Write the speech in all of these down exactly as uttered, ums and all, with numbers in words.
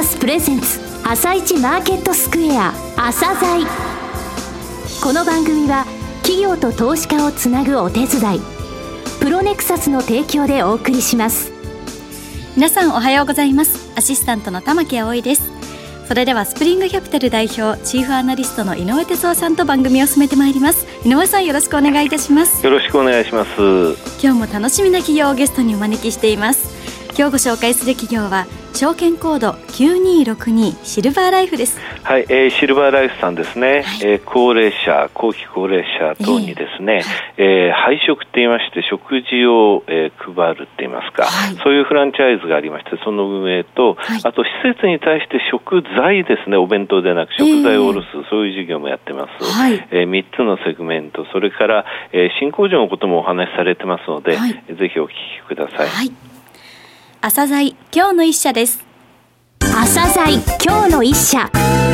サスプレゼンツ朝市マーケットスクエア朝鮮。この番組は企業と投資家をつなぐお手伝いプロネクサスの提供でお送りします。 皆さんおはようございます。アシスタントの玉木葵です。それではスプリングキャピタル代表チーフアナリストの井上哲夫さんと番組を進めてまいります。井上さん、よろしくお願いいたします。 よろしくお願いします。 今日も楽しみな企業をゲストにお招きしています。今日ご紹介する企業は証券コードきゅうにーろくにシルバーライフです。 はい、えー、シルバーライフさんですね、はい、えー、高齢者後期高齢者等にですね、えーえー、配食って言いまして食事を、えー、配るって言いますか、はい、そういうフランチャイズがありまして、その運営と、はい、あと施設に対して食材ですね、お弁当でなく食材を卸す、えー、そういう事業もやってます、はい、えー、みっつのセグメント、それから、えー、新工場のこともお話しされてますので、はい、ぜひお聞きください。 はい、朝鮮今日の一社です。 朝鮮今日の一社。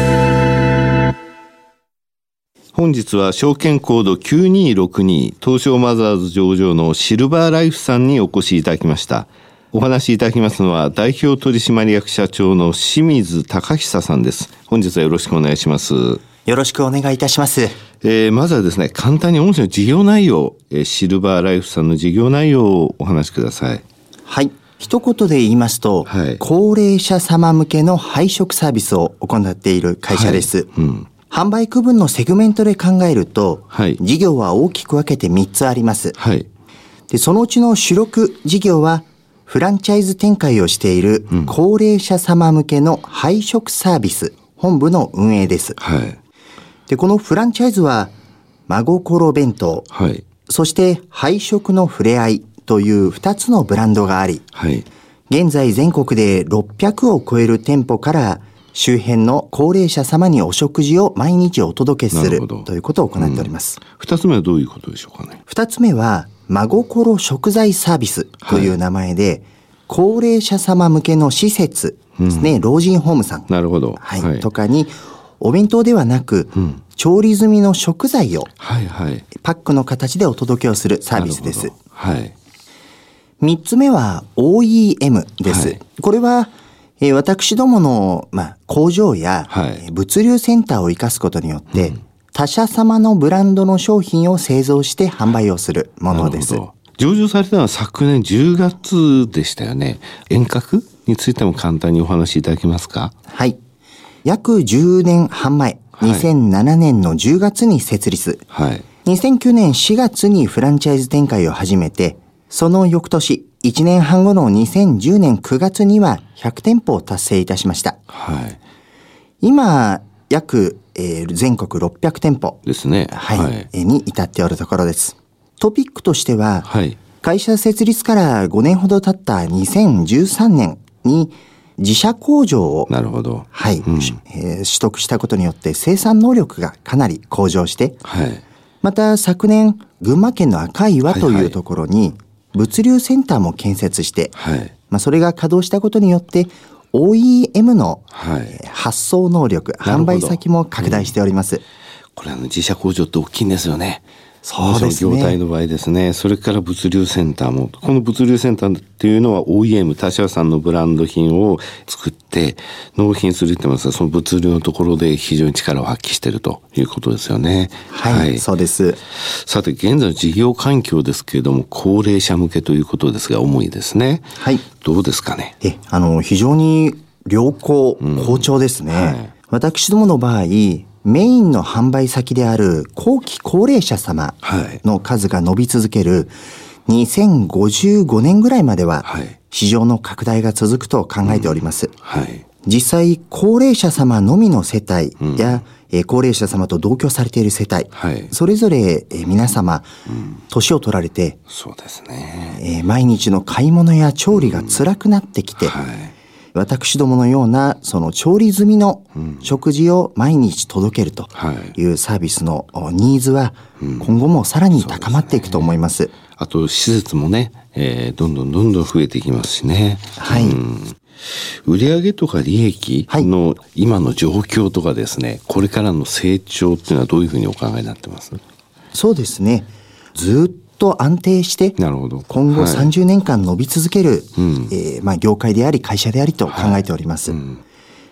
本日は証券コードきゅうにーろくに東証マザーズ上場のシルバーライフさんにお越しいただきました。お話しいただきますのは代表取締役社長の清水隆久さんです。本日はよろしくお願いします。 よろしくお願いいたします。 えー、まずはですね、簡単に御社の事業内容、えー、シルバーライフさんの事業内容をお話しください。 はい、一言で言いますと、はい、高齢者様向けの配食サービスを行っている会社です。はい、うん、販売区分のセグメントで考えると、はい、事業は大きく分けてみっつあります。はい、でそのうちの主力事業はフランチャイズ展開をしている高齢者様向けの配食サービス本部の運営です。はい、でこのフランチャイズは真心弁当、はい、そして配食のふれあいというふたつのブランドがあり、はい、現在全国でろっぴゃくを超える店舗から周辺の高齢者様にお食事を毎日お届けするということを行っております。 ふた、うん、つめはどういうことでしょうかね。 ふたつめは真心食材サービスという名前で、はい、高齢者様向けの施設ですね、うん、老人ホームさん、なるほど、はいはい、とかにお弁当ではなく、うん、調理済みの食材をパックの形でお届けをするサービスです。はい、みっつめは オーイーエム です。はい、これは、えー、私どもの、まあ、工場や、はい、物流センターを生かすことによって、うん、他社様のブランドの商品を製造して販売をするものです。 上場されたのは昨年じゅうがつでしたよね。遠隔についても簡単にお話しいただけますか。 はい。約じゅうねんはん前、はい、にせんななねんのじゅうがつに設立。はい。にせんきゅうねんしがつにフランチャイズ展開を始めて、その翌年、いちねんはん後のにせんじゅうねんくがつにはひゃくてんぽを達成いたしました。はい。今、約、えー、全国ろっぴゃくてんぽですね。はい。はい、えー、に至っておるところです。トピックとしては、はい、会社設立からごねんほど経ったにせんじゅうさんねんに自社工場を、なるほど。はい、うん、えー、取得したことによって生産能力がかなり向上して、はい。また昨年、群馬県の赤岩というところに、物流センターも建設して、はい、まあ、それが稼働したことによって オーイーエム の、はい、発送能力、販売先も拡大しております。うん、 これは自社工場って大きいんですよね。 そうですね。 業態の場合ですね。それから物流センターも、この物流センターっていうのは オーイーエム 他社さんのブランド品を作って納品するって言ってますが、その物流のところで非常に力を発揮しているということですよね。 はい、はい、そうです。 さて現在の事業環境ですけれども、高齢者向けということですが、主にですね。はい。どうですかね。 え、あの非常に良好、好調ですね。うん、はい、私どもの場合、メインの販売先である後期高齢者様の数が伸び続けるにせんごじゅうごねんぐらいまでは市場の拡大が続くと考えております。うん、はい、実際高齢者様のみの世帯や、うん、高齢者様と同居されている世帯、はい、それぞれ皆様、うん、年を取られて、 そうですね、 えー、毎日の買い物や調理が辛くなってきて、うん、はい、私どものようなその調理済みの食事を毎日届けるというサービスのニーズは今後もさらに高まっていくと思います。うん、 そうですね。あと施設もね、えー、どんどんどんどん増えていきますしね。はい。うん、売上とか利益の今の状況とかですね、はい、これからの成長っていうのはどういうふうにお考えになってます？ そうですね。ずっと安定して今後さんじゅうねんかん伸び続ける、はい、えーまあ、業界であり会社でありと考えております。はい、うん、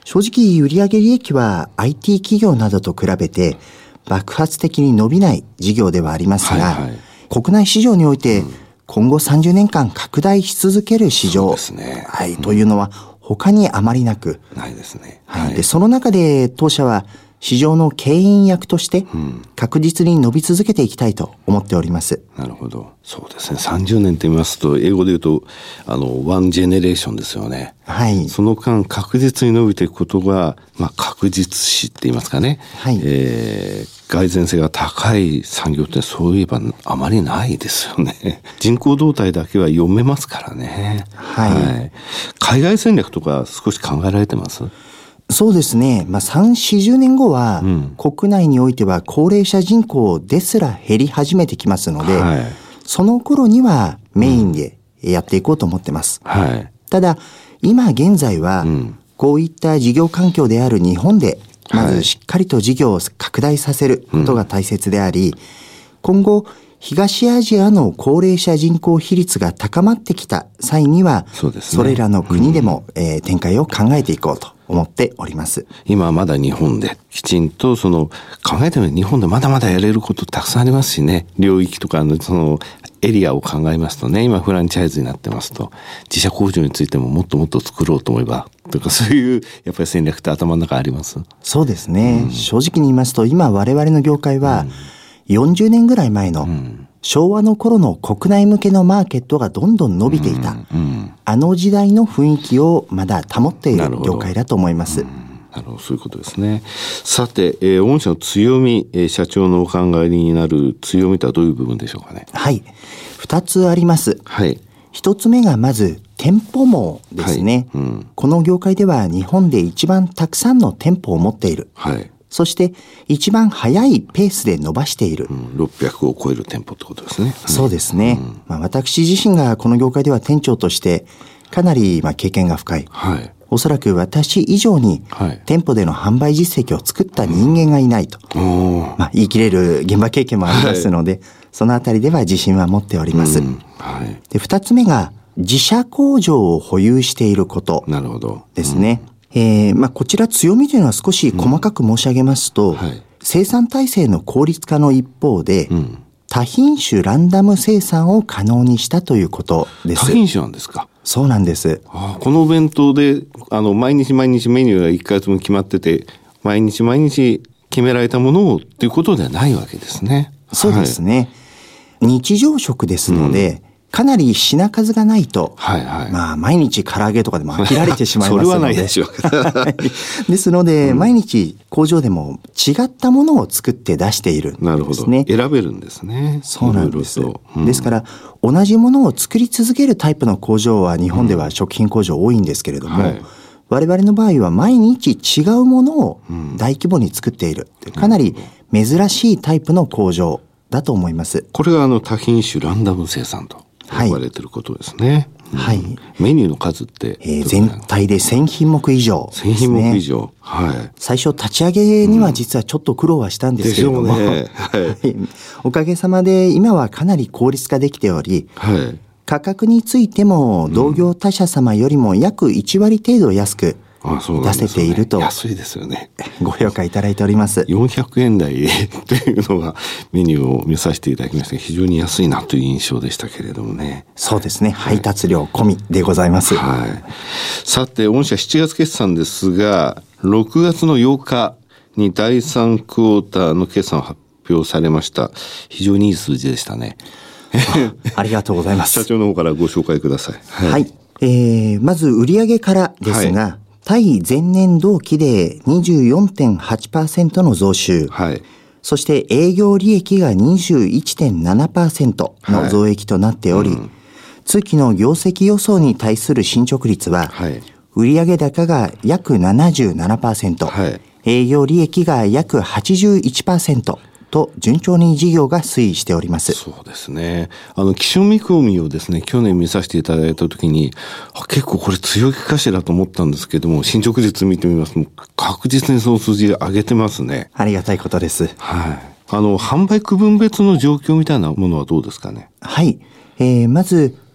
正直売上利益は アイティー 企業などと比べて爆発的に伸びない事業ではありますが、はいはい、国内市場において今後さんじゅうねんかん拡大し続ける市場、 ですね、 はい、というのは他にあまりなく、 ないですね。 はい、でその中で当社は市場の牽引役として確実に伸び続けていきたいと思っております。 うん、なるほど。そうですね。さんじゅうねんと言いますと、英語で言うとあのワンジェネレーションですよね。 はい。 その間確実に伸びていくことが、まあ、確実視って言いますかね。 はい。 えー、蓋然性が高い産業ってそういえばあまりないですよね。人口動態だけは読めますからね。 はい。はい、 海外戦略とか少し考えられてます？ そうですね。まあ、さん、よんじゅうねんごは、うん、国内においては高齢者人口ですら減り始めてきますので、はい、その頃にはメインでやっていこうと思ってます。 うん、はい。 ただ、今現在は、うん、こういった事業環境である日本で、まずしっかりと事業を拡大させることが大切であり、うん、今後、東アジアの高齢者人口比率が高まってきた際には、そうですね、それらの国でも、うんえー、展開を考えていこうと思っております。 今はまだ日本できちんとその考えてみると日本でまだまだやれることたくさんありますしね、領域とかのそのエリアを考えますとね、今フランチャイズになってますと自社工場についてももっともっと作ろうと思えばとか、そういうやっぱり戦略って頭の中あります？ そうですね、うん、正直に言いますと今我々の業界はよんじゅうねんぐらい前の、うん昭和の頃の国内向けのマーケットがどんどん伸びていた、うんうん、あの時代の雰囲気をまだ保っている業界だと思います。 なるほど、うん、なるほど、そういうことですね。さて、えー、御社の強み、えー、社長のお考えになる強みとはどういう部分でしょうかね？ はい、二つあります。 はい。 一つ目がまず店舗網ですね、はいうん。この業界では日本で一番たくさんの店舗を持っている。 はい。 そして一番早いペースで伸ばしている、うん、 ろっぴゃくを超える店舗ってことですね。 そうですね、うんまあ、私自身がこの業界では店長としてかなりまあ経験が深い、はい、おそらく私以上に店舗での販売実績を作った人間がいないと、うんまあ、言い切れる現場経験もありますので、はい、そのあたりでは自信は持っております、うんはい、でふたつめが自社工場を保有していることですね。えーまあ、こちら強みというのは少し細かく申し上げますと、うんはい、生産体制の効率化の一方で、うん、多品種ランダム生産を可能にしたということです。 多品種なんですか？ そうなんです。 あこのお弁当であの毎日毎日メニューがいっかげつも決まってて毎日毎日決められたものをっていうことではないわけですね。 そうですね、はい、日常食ですので、うんかなり品数がないと、はいはい、まあ毎日唐揚げとかでも飽きられてしまいますのでそれはないでしょうですので、うん、毎日工場でも違ったものを作って出しているんですね。 なるほど、選べるんですね。 そうなんです、うん、ですから同じものを作り続けるタイプの工場は日本では食品工場多いんですけれども、うんはい、我々の場合は毎日違うものを大規模に作っている、うん、かなり珍しいタイプの工場だと思います。 これがあの多品種ランダム生産と呼ばれてることですね。 はい。うん、 メニューの数って、 えー、全体でせんひんもく以上ですね。 せんひんもく以上。はい。 最初立ち上げには実はちょっと苦労はしたんですけれども、うんねはい、おかげさまで今はかなり効率化できており、はい、価格についても同業他社様よりも約いちわり程度安く、ああそうなんですね、出せていると安いですよね。 ご評価いただいております。 よんひゃくえん台というのがメニューを見させていただきましたが非常に安いなという印象でしたけれどもね。 そうですね、はい、配達料込みでございます、 はい、さて御社しちがつ決算ですがろくがつのようかにだいさんクォーターの決算を発表されました。非常にいい数字でしたね。 あ, ありがとうございます。 社長の方からご紹介ください。 はい、はいえー、まず売上からですが、はい対前年同期で にじゅうよんてんはちパーセント の増収、はい、そして営業利益が にじゅういってんななパーセント の増益となっており、はいうん、通期の業績予想に対する進捗率は、はい、売上高が約 ななじゅうななパーセント、はい、営業利益が約 はちじゅういちパーセントと順調に事業が推移しております。 そうですね。あの基準見込みをですね去年見させていただいたときにあ結構これ強気かしらと思ったんですけども進捗率見てみますと確実にその数字上げてますね。 ありがたいことです。 はい。あの販売区分別の状況みたいなものはどうですかね。 はい、えー、まず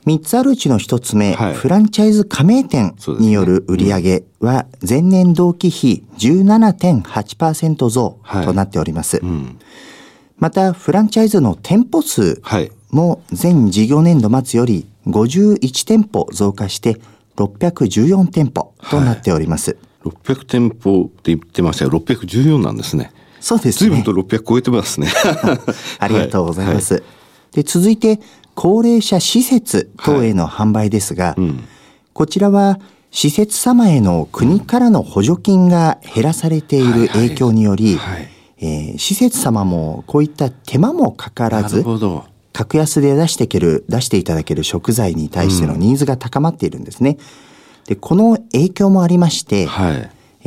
みっつあるうちのひとつめ、はい、フランチャイズ加盟店による売上は前年同期比 じゅうななてんはちパーセント 増となっております。はい、うん、また、フランチャイズの店舗数も前事業年度末よりごじゅういちてんぽ増加してろっぴゃくじゅうよんてんぽとなっております。はい、 ろっぴゃくてんぽって言ってましたが、ろっぴゃくじゅうよんなんですね。 そうですね。 随分とろっぴゃく超えてますね。 ありがとうございます。はいはい、で続いて、高齢者施設等への販売ですが、はい、うん、こちらは施設様への国からの補助金が減らされている影響により、はいはい、えー、施設様もこういった手間もかからず、格安で出していける、出していただける食材に対してのニーズが高まっているんですね。で、この影響もありまして、はい、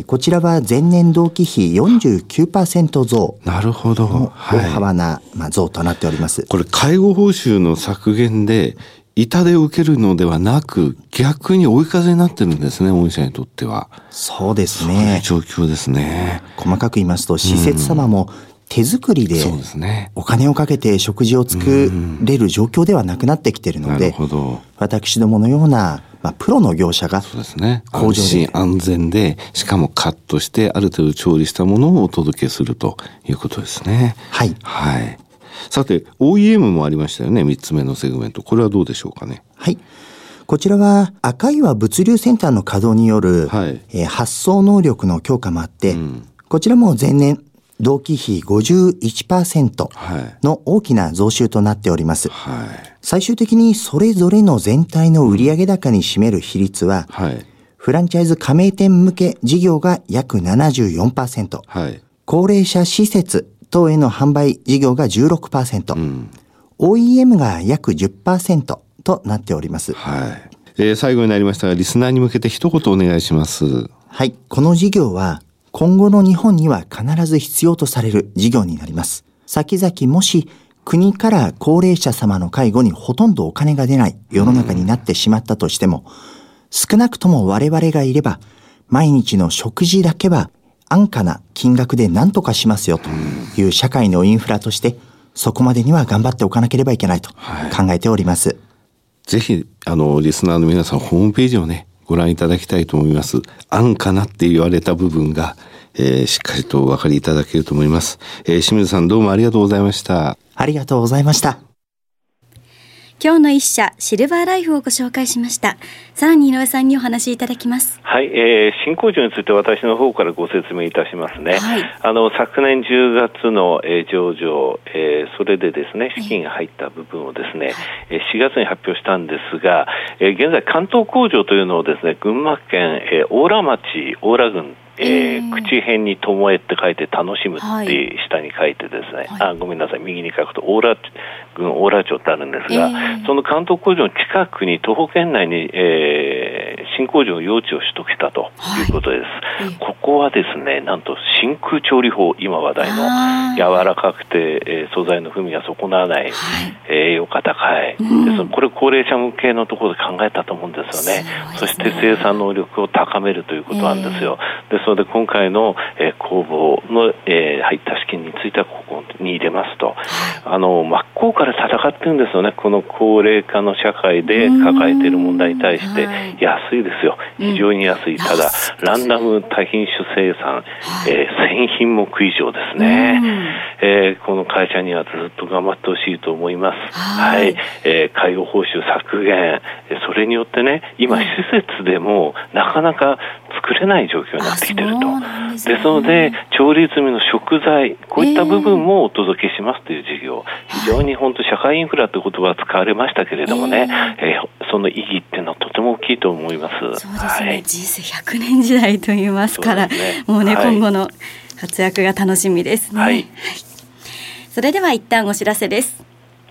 こちらは前年同期比 よんじゅうきゅうパーセント 増。 なるほど。 大幅な、まあ、増となっております。 これ介護報酬の削減で痛手を受けるのではなく、逆に追い風になってるんですね、御社にとっては。 そうですね。 そういう状況ですね。 細かく言いますと、施設様も手作りでお金をかけて食事を作れる状況ではなくなってきているので、私どものようなまあ、プロの業者がそうですね、安心安全で、しかもカットしてある程度調理したものをお届けするということですね。 はい、はい、 さて オーイーエム もありましたよね、みっつめのセグメント。これはどうでしょうかね。 はい、こちらは赤岩物流センターの稼働による、はい、えー、発送能力の強化もあって、うん、こちらも前年同期比 ごじゅういちパーセント の大きな増収となっております。はい、最終的にそれぞれの全体の売上高に占める比率は、はい、フランチャイズ加盟店向け事業が約 ななじゅうよんパーセント、はい、高齢者施設等への販売事業が じゅうろくパーセント、うん、オーイーエム が約 じゅっパーセント となっております。 はい、えー、最後になりましたが、リスナーに向けて一言お願いします。 はい、この事業は今後の日本には必ず必要とされる事業になります。先々もし国から高齢者様の介護にほとんどお金が出ない世の中になってしまったとしても、少なくとも我々がいれば毎日の食事だけは安価な金額で何とかしますよという社会のインフラとして、そこまでには頑張っておかなければいけないと考えております。はい、 ぜひあのリスナーの皆さん、ホームページをねご覧いただきたいと思います。安価なって言われた部分が、えー、しっかりとお分かりいただけると思います。えー、清水さん、どうもありがとうございました。 ありがとうございました。 今日の一社シルバーライフをご紹介しました。さらに井上さんにお話しいただきます。 はい、えー、新工場について私の方からご説明いたしますね。はい、あの昨年じゅうがつの、えー、上場、えー、それでですね資金が入った部分をですね、えー、しがつに発表したんですが、えー、現在関東工場というのをですね群馬県、えー、大良町大良郡えー、口辺に灯えって書いて楽しむって下に書いてですね、はい、あごめんなさい右に書くと大良郡大良町ってあるんですが、えー、その関東工場の近くに徒歩圏内に、えー、新工場の用地を取得したということです。はい、ここはですねなんと真空調理法、今話題の柔らかくて、えー、素材の風味が損なわない、はい、栄養価高い、うん、でそのこれ高齢者向けのところで考えたと思うんですよね。そして生産能力を高めるということなんですよ。えー、でそれで今回の、えー、工房の、えー、入った資金についてはここに入れますと、あの真っ向から戦ってるんですよね。この高齢化の社会で抱えている問題に対して安いですよ、非常に安い。ただランダム多品種生産、えー、せんひんもく以上ですね。えー、この会社にはずっと頑張ってほしいと思います。はい、えー、介護報酬削減、それによってね今施設でもなかなか作れない状況になってきていると。ですので調理済みの食材、こういった部分もお届けしますという事業、えー、非常に本当社会インフラという言葉が使われましたけれどもね、えーえー、その意義っていうのはとても大きいと思います。 そうですね、はい、人生ひゃくねん時代と言いますから、ね、もうね、はい、今後の活躍が楽しみですね。はいはい、それでは一旦お知らせです。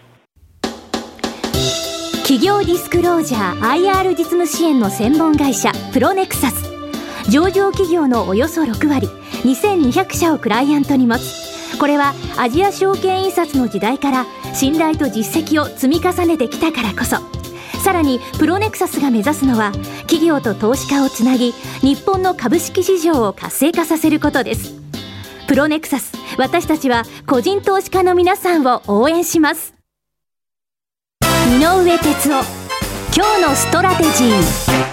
企業ディスクロージャー アイアール 実務支援の専門会社プロネクサス、上場企業のおよそろくわりにせんにひゃくしゃをクライアントに持つ。これはアジア証券印刷の時代から信頼と実績を積み重ねてきたからこそ。さらにプロネクサスが目指すのは企業と投資家をつなぎ日本の株式市場を活性化させることです。プロネクサス、私たちは個人投資家の皆さんを応援します。井上哲夫今日のストラテジー。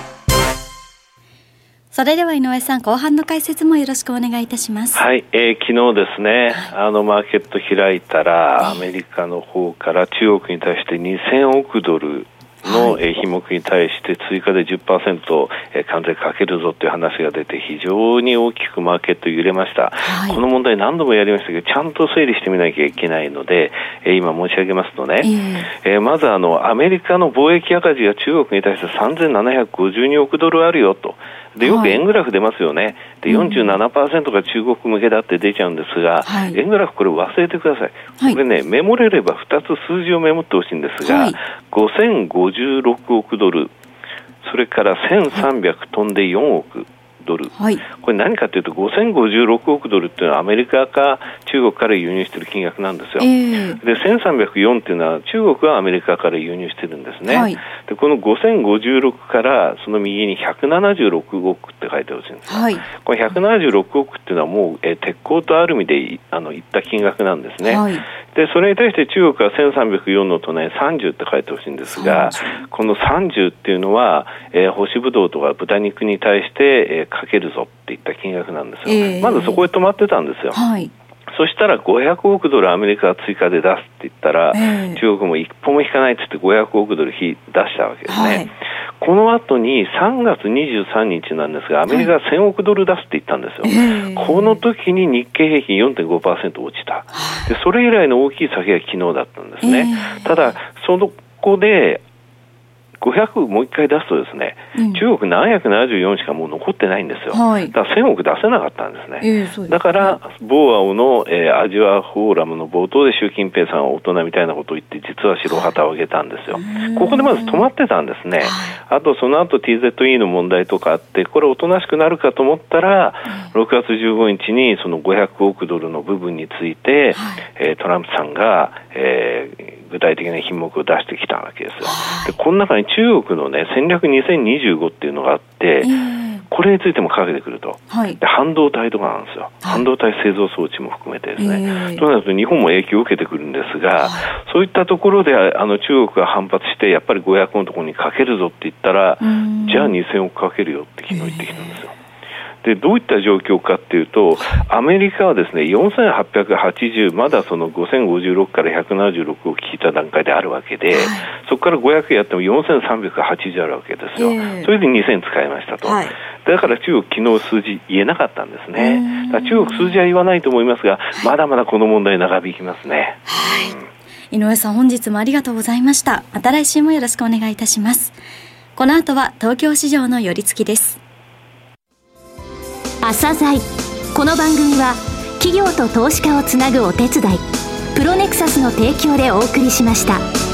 それでは井上さん、後半の解説もよろしくお願いいたします。 はい、えー、昨日ですね、はい、あのマーケット開いたら、アメリカの方から中国に対してにせんおくドルの、はい、品目に対して追加で じゅっパーセント 関税かけるぞという話が出て、非常に大きくマーケット揺れました、はい、この問題何度もやりましたけど、ちゃんと整理してみなきゃいけないので、えー、今申し上げますとね、えーえー、まずあのアメリカの貿易赤字が中国に対してさんぜんななひゃくごじゅうにおくドルあるよと。でよく円グラフ出ますよね。で よんじゅうななパーセント が中国向けだって出ちゃうんですが、はい、円グラフこれ忘れてください、はい、これねメモれればふたつ数字をメモってほしいんですが、はい、ごせんごじゅうろくおくドル、それからせんさんびゃく飛んでよんおくドル、はい、これ何かというとごせんごじゅうろくおくドルっていうのはアメリカか中国から輸入している金額なんですよ、えー、でせんさんびゃくよんっていうのは中国はアメリカから輸入してるんですね、はい、でこのごせんごじゅうろくからその右にひゃくななじゅうろくおくって書いてほしいんです、はい、これひゃくななじゅうろくおくっていうのはもう、えー、鉄鋼とアルミであのいった金額なんですね、はい、でそれに対して中国はせんさんびゃくよんの隣にさんじゅうって書いてほしいんですが、このさんじゅうっていうのは、えー、干しぶどうとか豚肉に対して、えー、かけるぞっていった金額なんですよ、えー、まずそこへ止まってたんですよ、はい、そしたらごひゃくおくドルアメリカが追加で出すって言ったら、えー、中国も一歩も引かないって言ってごひゃくおくドル出したわけですね、はい、この後にさんがつにじゅうさんにちなんですがアメリカがせんおくドル出すって言ったんですよ、はい、この時に日経平均 よんてんごパーセント 落ちた。でそれ以来の大きい下げが昨日だったんですね、えー、ただそこでごひゃくもう一回出すとですね、うん、中国ななひゃくななじゅうよんしかもう残ってないんですよ、はい、だからせんおく出せなかったんですね、えー、そうですね。だからボーアオの、えー、アジアフォーラムの冒頭で習近平さんは大人みたいなことを言って実は白旗を上げたんですよ、はい、ここでまず止まってたんですね、はい、あとその後 ティーゼットイー の問題とかあってこれおとなしくなるかと思ったら、うん、ろくがつじゅうごにちにそのごひゃくおくドルの部分について、はい、えー、トランプさんが、えー具体的な品目を出してきたわけですよ。でこの中に中国の、ね、戦略にせんにじゅうごっていうのがあって、えー、これについてもかけてくると、はい、で半導体とかなんですよ、はい、半導体製造装置も含めてですね、えー、となると日本も影響を受けてくるんですが、はい、そういったところであの中国が反発してやっぱりごひゃくのところにかけるぞって言ったらじゃあにせんおくかけるよって昨日言ってきたんですよ、えーでどういった状況かっていうとアメリカはですねよんせんはっぴゃくはちじゅうまだそのごせんごじゅうろくからひゃくななじゅうろくを聞いた段階であるわけで、はい、そこからごひゃくやってもよんせんさんびゃくはちじゅうあるわけですよ、えー、それでにせん使いましたと、はい、だから中国昨日数字言えなかったんですね。だから中国数字は言わないと思いますがまだまだこの問題長引きますね、 はい、井上さん本日もありがとうございました。また来週もよろしくお願いいたします。この後は東京市場の寄り付きです。 朝鮮この番組は企業と投資家をつなぐお手伝いプロネクサスの提供でお送りしました。